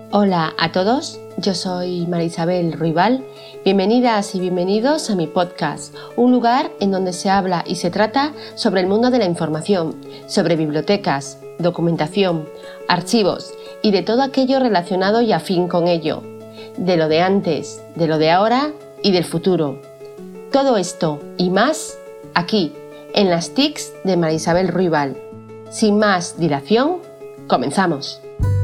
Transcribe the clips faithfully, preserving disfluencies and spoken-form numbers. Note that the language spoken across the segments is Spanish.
Hola a todos, yo soy María Isabel Ruibal. Bienvenidas y bienvenidos a mi podcast, un lugar en donde se habla y se trata sobre el mundo de la información, sobre bibliotecas, documentación, archivos y de todo aquello relacionado y afín con ello, de lo de antes, de lo de ahora y del futuro. Todo esto y más aquí, en las T I Cs de María Isabel Ruibal. Sin más dilación, comenzamos.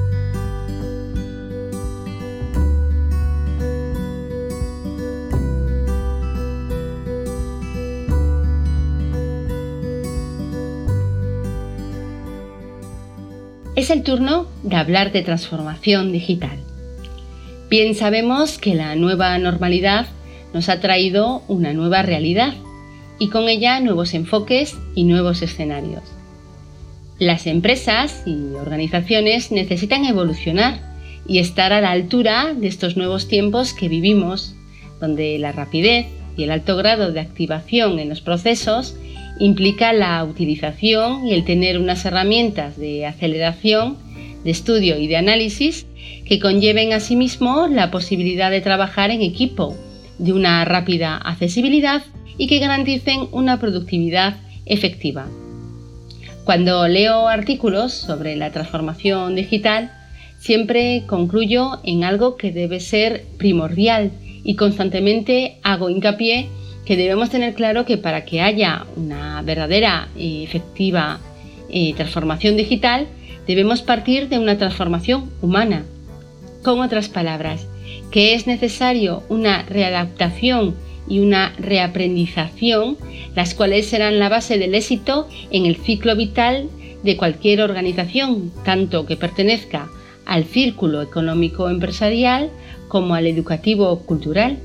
Es el turno de hablar de transformación digital. Bien sabemos que la nueva normalidad nos ha traído una nueva realidad y con ella nuevos enfoques y nuevos escenarios. Las empresas y organizaciones necesitan evolucionar y estar a la altura de estos nuevos tiempos que vivimos, donde la rapidez y el alto grado de activación en los procesos implica la utilización y el tener unas herramientas de aceleración, de estudio y de análisis que conlleven asimismo la posibilidad de trabajar en equipo, de una rápida accesibilidad y que garanticen una productividad efectiva. Cuando leo artículos sobre la transformación digital, siempre concluyo en algo que debe ser primordial y constantemente hago hincapié que debemos tener claro que para que haya una verdadera y efectiva eh, transformación digital, debemos partir de una transformación humana. Con otras palabras, que es necesario una readaptación y una reaprendización, las cuales serán la base del éxito en el ciclo vital de cualquier organización, tanto que pertenezca al círculo económico empresarial como al educativo cultural.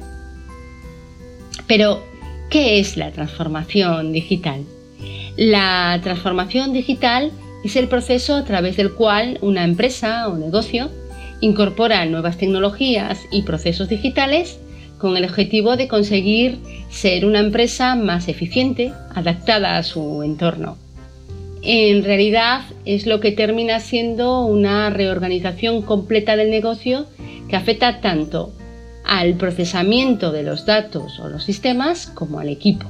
Pero, ¿qué es la transformación digital? La transformación digital es el proceso a través del cual una empresa o negocio incorpora nuevas tecnologías y procesos digitales con el objetivo de conseguir ser una empresa más eficiente, adaptada a su entorno. En realidad es lo que termina siendo una reorganización completa del negocio que afecta tanto al procesamiento de los datos o los sistemas como al equipo.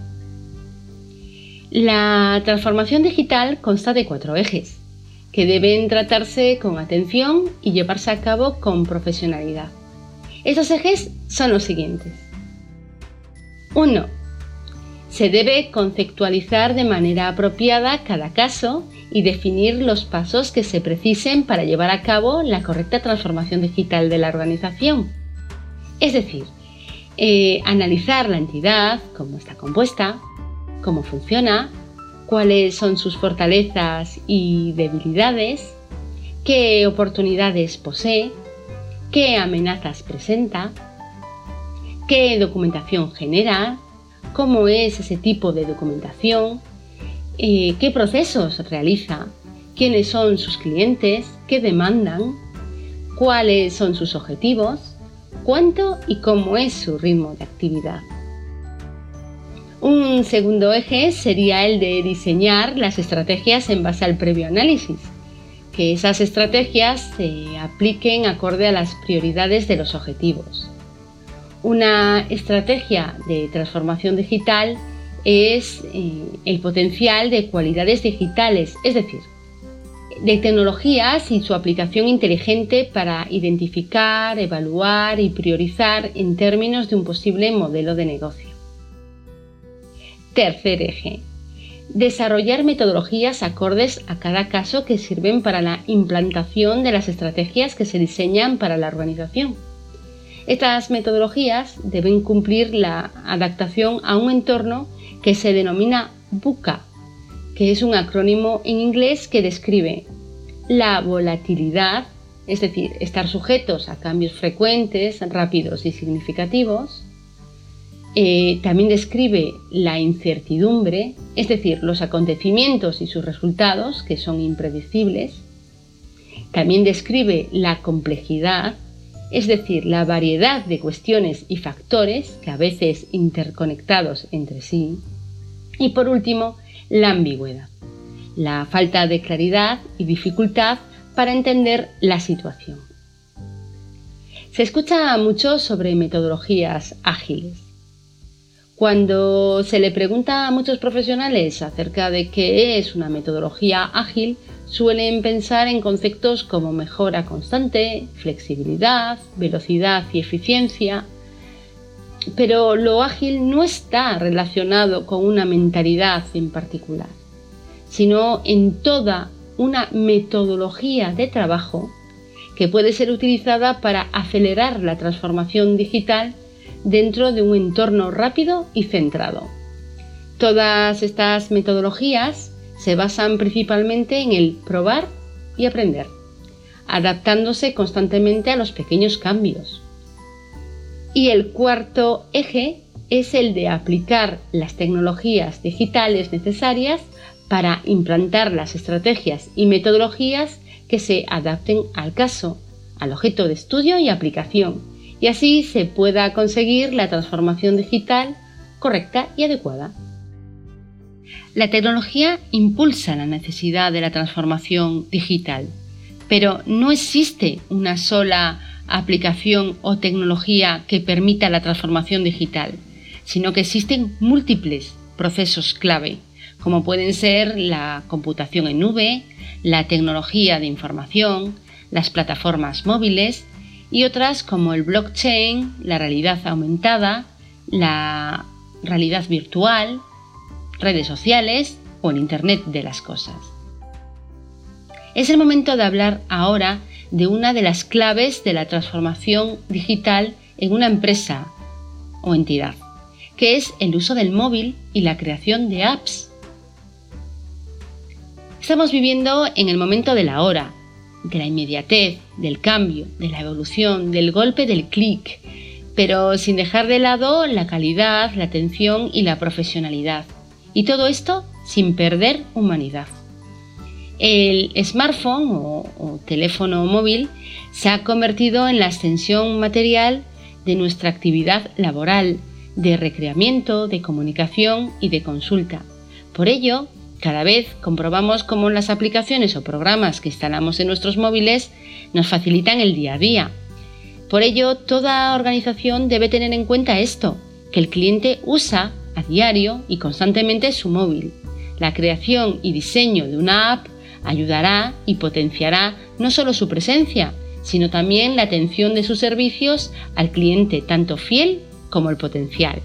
La transformación digital consta de cuatro ejes que deben tratarse con atención y llevarse a cabo con profesionalidad. Estos ejes son los siguientes. uno. Se debe conceptualizar de manera apropiada cada caso y definir los pasos que se precisen para llevar a cabo la correcta transformación digital de la organización. Es decir, eh, analizar la entidad, cómo está compuesta, cómo funciona, cuáles son sus fortalezas y debilidades, qué oportunidades posee, qué amenazas presenta, qué documentación genera, cómo es ese tipo de documentación, eh, qué procesos realiza, quiénes son sus clientes, qué demandan, cuáles son sus objetivos, cuánto y cómo es su ritmo de actividad. Un segundo eje sería el de diseñar las estrategias en base al previo análisis, que esas estrategias se apliquen acorde a las prioridades de los objetivos. Una estrategia de transformación digital es eh, el potencial de cualidades digitales, es decir, de tecnologías y su aplicación inteligente para identificar, evaluar y priorizar en términos de un posible modelo de negocio. Tercer eje. Desarrollar metodologías acordes a cada caso que sirven para la implantación de las estrategias que se diseñan para la organización. Estas metodologías deben cumplir la adaptación a un entorno que se denomina VUCA, que es un acrónimo en inglés que describe la volatilidad, es decir, estar sujetos a cambios frecuentes, rápidos y significativos. Eh, también describe la incertidumbre, es decir, los acontecimientos y sus resultados, que son impredecibles. También describe la complejidad, es decir, la variedad de cuestiones y factores, que a veces interconectados entre sí. Y por último, la ambigüedad, la falta de claridad y dificultad para entender la situación. Se escucha mucho sobre metodologías ágiles. Cuando se le pregunta a muchos profesionales acerca de qué es una metodología ágil, suelen pensar en conceptos como mejora constante, flexibilidad, velocidad y eficiencia. Pero lo ágil no está relacionado con una mentalidad en particular, sino en toda una metodología de trabajo que puede ser utilizada para acelerar la transformación digital dentro de un entorno rápido y centrado. Todas estas metodologías se basan principalmente en el probar y aprender, adaptándose constantemente a los pequeños cambios. Y el cuarto eje es el de aplicar las tecnologías digitales necesarias para implantar las estrategias y metodologías que se adapten al caso, al objeto de estudio y aplicación, y así se pueda conseguir la transformación digital correcta y adecuada. La tecnología impulsa la necesidad de la transformación digital, pero no existe una sola aplicación o tecnología que permita la transformación digital, sino que existen múltiples procesos clave, como pueden ser la computación en nube, la tecnología de información, las plataformas móviles y otras como el blockchain, la realidad aumentada, la realidad virtual, redes sociales o el Internet de las cosas. Es el momento de hablar ahora de una de las claves de la transformación digital en una empresa o entidad, que es el uso del móvil y la creación de apps. Estamos viviendo en el momento de la hora, de la inmediatez, del cambio, de la evolución, del golpe del clic, pero sin dejar de lado la calidad, la atención y la profesionalidad. Y todo esto sin perder humanidad. El smartphone o, o teléfono móvil se ha convertido en la extensión material de nuestra actividad laboral, de recreamiento, de comunicación y de consulta. Por ello, cada vez comprobamos cómo las aplicaciones o programas que instalamos en nuestros móviles nos facilitan el día a día. Por ello, toda organización debe tener en cuenta esto, que el cliente usa a diario y constantemente su móvil. La creación y diseño de una app ayudará y potenciará no solo su presencia, sino también la atención de sus servicios al cliente, tanto fiel como el potencial.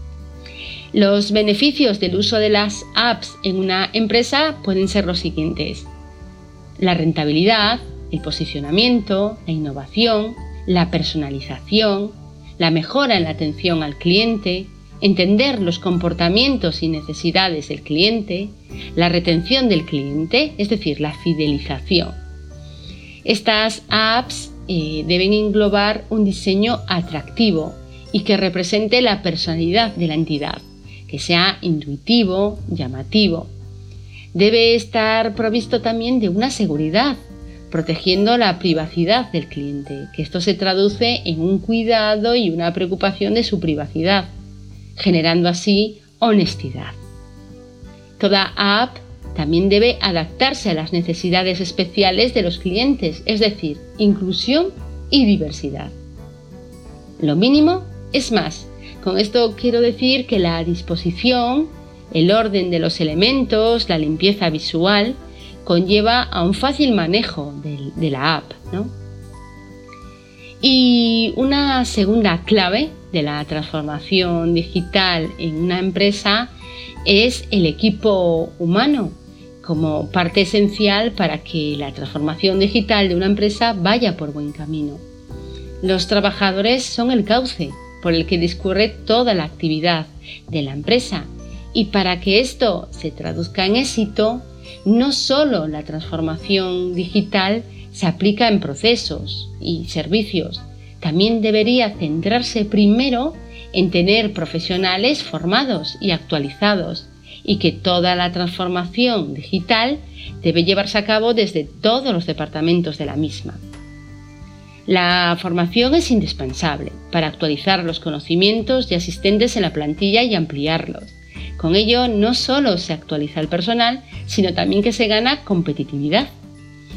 Los beneficios del uso de las apps en una empresa pueden ser los siguientes: la rentabilidad, el posicionamiento, la innovación, la personalización, la mejora en la atención al cliente, entender los comportamientos y necesidades del cliente, la retención del cliente, es decir, la fidelización. Estas apps eh, deben englobar un diseño atractivo y que represente la personalidad de la entidad, que sea intuitivo, llamativo. Debe estar provisto también de una seguridad, protegiendo la privacidad del cliente, que esto se traduce en un cuidado y una preocupación de su privacidad, generando así honestidad. Toda app también debe adaptarse a las necesidades especiales de los clientes, es decir, inclusión y diversidad. Lo mínimo es más. Con esto quiero decir que la disposición, el orden de los elementos, la limpieza visual, conlleva a un fácil manejo de, de la app, ¿no? Y una segunda clave de la transformación digital en una empresa es el equipo humano, como parte esencial para que la transformación digital de una empresa vaya por buen camino. Los trabajadores son el cauce por el que discurre toda la actividad de la empresa, y para que esto se traduzca en éxito, no solo la transformación digital se aplica en procesos y servicios, también debería centrarse primero en tener profesionales formados y actualizados, y que toda la transformación digital debe llevarse a cabo desde todos los departamentos de la misma. La formación es indispensable para actualizar los conocimientos ya existentes en la plantilla y ampliarlos. Con ello no solo se actualiza el personal, sino también que se gana competitividad.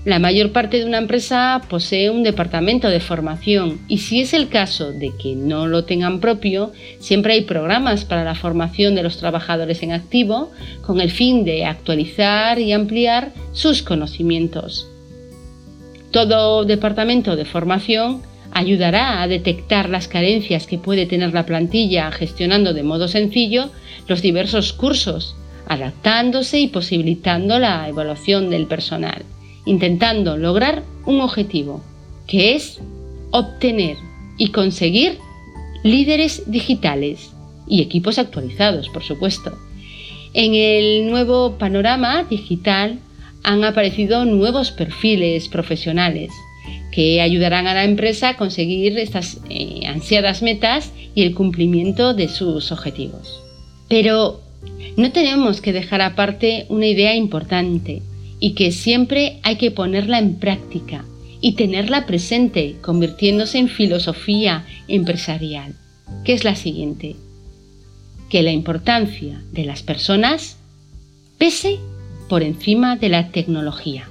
La mayor parte de una empresa posee un departamento de formación y si es el caso de que no lo tengan propio, siempre hay programas para la formación de los trabajadores en activo con el fin de actualizar y ampliar sus conocimientos. Todo departamento de formación ayudará a detectar las carencias que puede tener la plantilla gestionando de modo sencillo los diversos cursos, adaptándose y posibilitando la evaluación del personal, intentando lograr un objetivo, que es obtener y conseguir líderes digitales y equipos actualizados, por supuesto. En el nuevo panorama digital han aparecido nuevos perfiles profesionales que ayudarán a la empresa a conseguir estas eh, ansiadas metas y el cumplimiento de sus objetivos. Pero no tenemos que dejar aparte una idea importante y que siempre hay que ponerla en práctica y tenerla presente, convirtiéndose en filosofía empresarial, que es la siguiente: que la importancia de las personas pese por encima de la tecnología.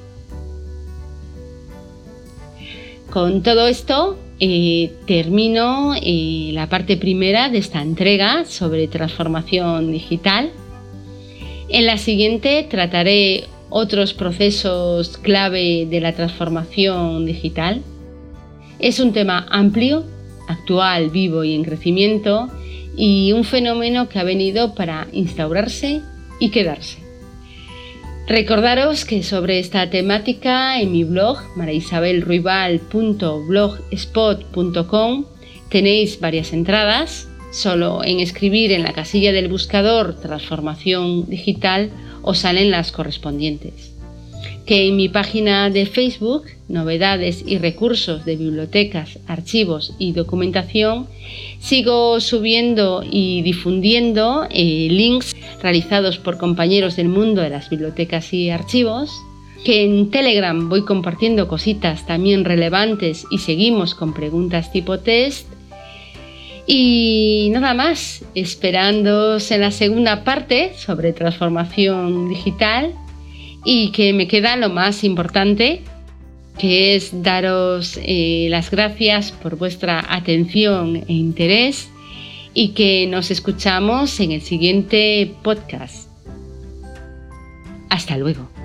Con todo esto eh, termino eh, la parte primera de esta entrega sobre transformación digital. En la siguiente trataré otros procesos clave de la transformación digital. Es un tema amplio, actual, vivo y en crecimiento, y un fenómeno que ha venido para instaurarse y quedarse. Recordaros que sobre esta temática en mi blog maraisabel ruibal punto blogspot punto com tenéis varias entradas. Solo en escribir en la casilla del buscador transformación digital os salen las correspondientes. Que en mi página de Facebook, novedades y recursos de bibliotecas, archivos y documentación, sigo subiendo y difundiendo eh, links realizados por compañeros del mundo de las bibliotecas y archivos. Que en Telegram voy compartiendo cositas también relevantes y seguimos con preguntas tipo test. Y nada más, esperándoos en la segunda parte sobre transformación digital y que me queda lo más importante, que es daros eh, las gracias por vuestra atención e interés y que nos escuchamos en el siguiente podcast. Hasta luego.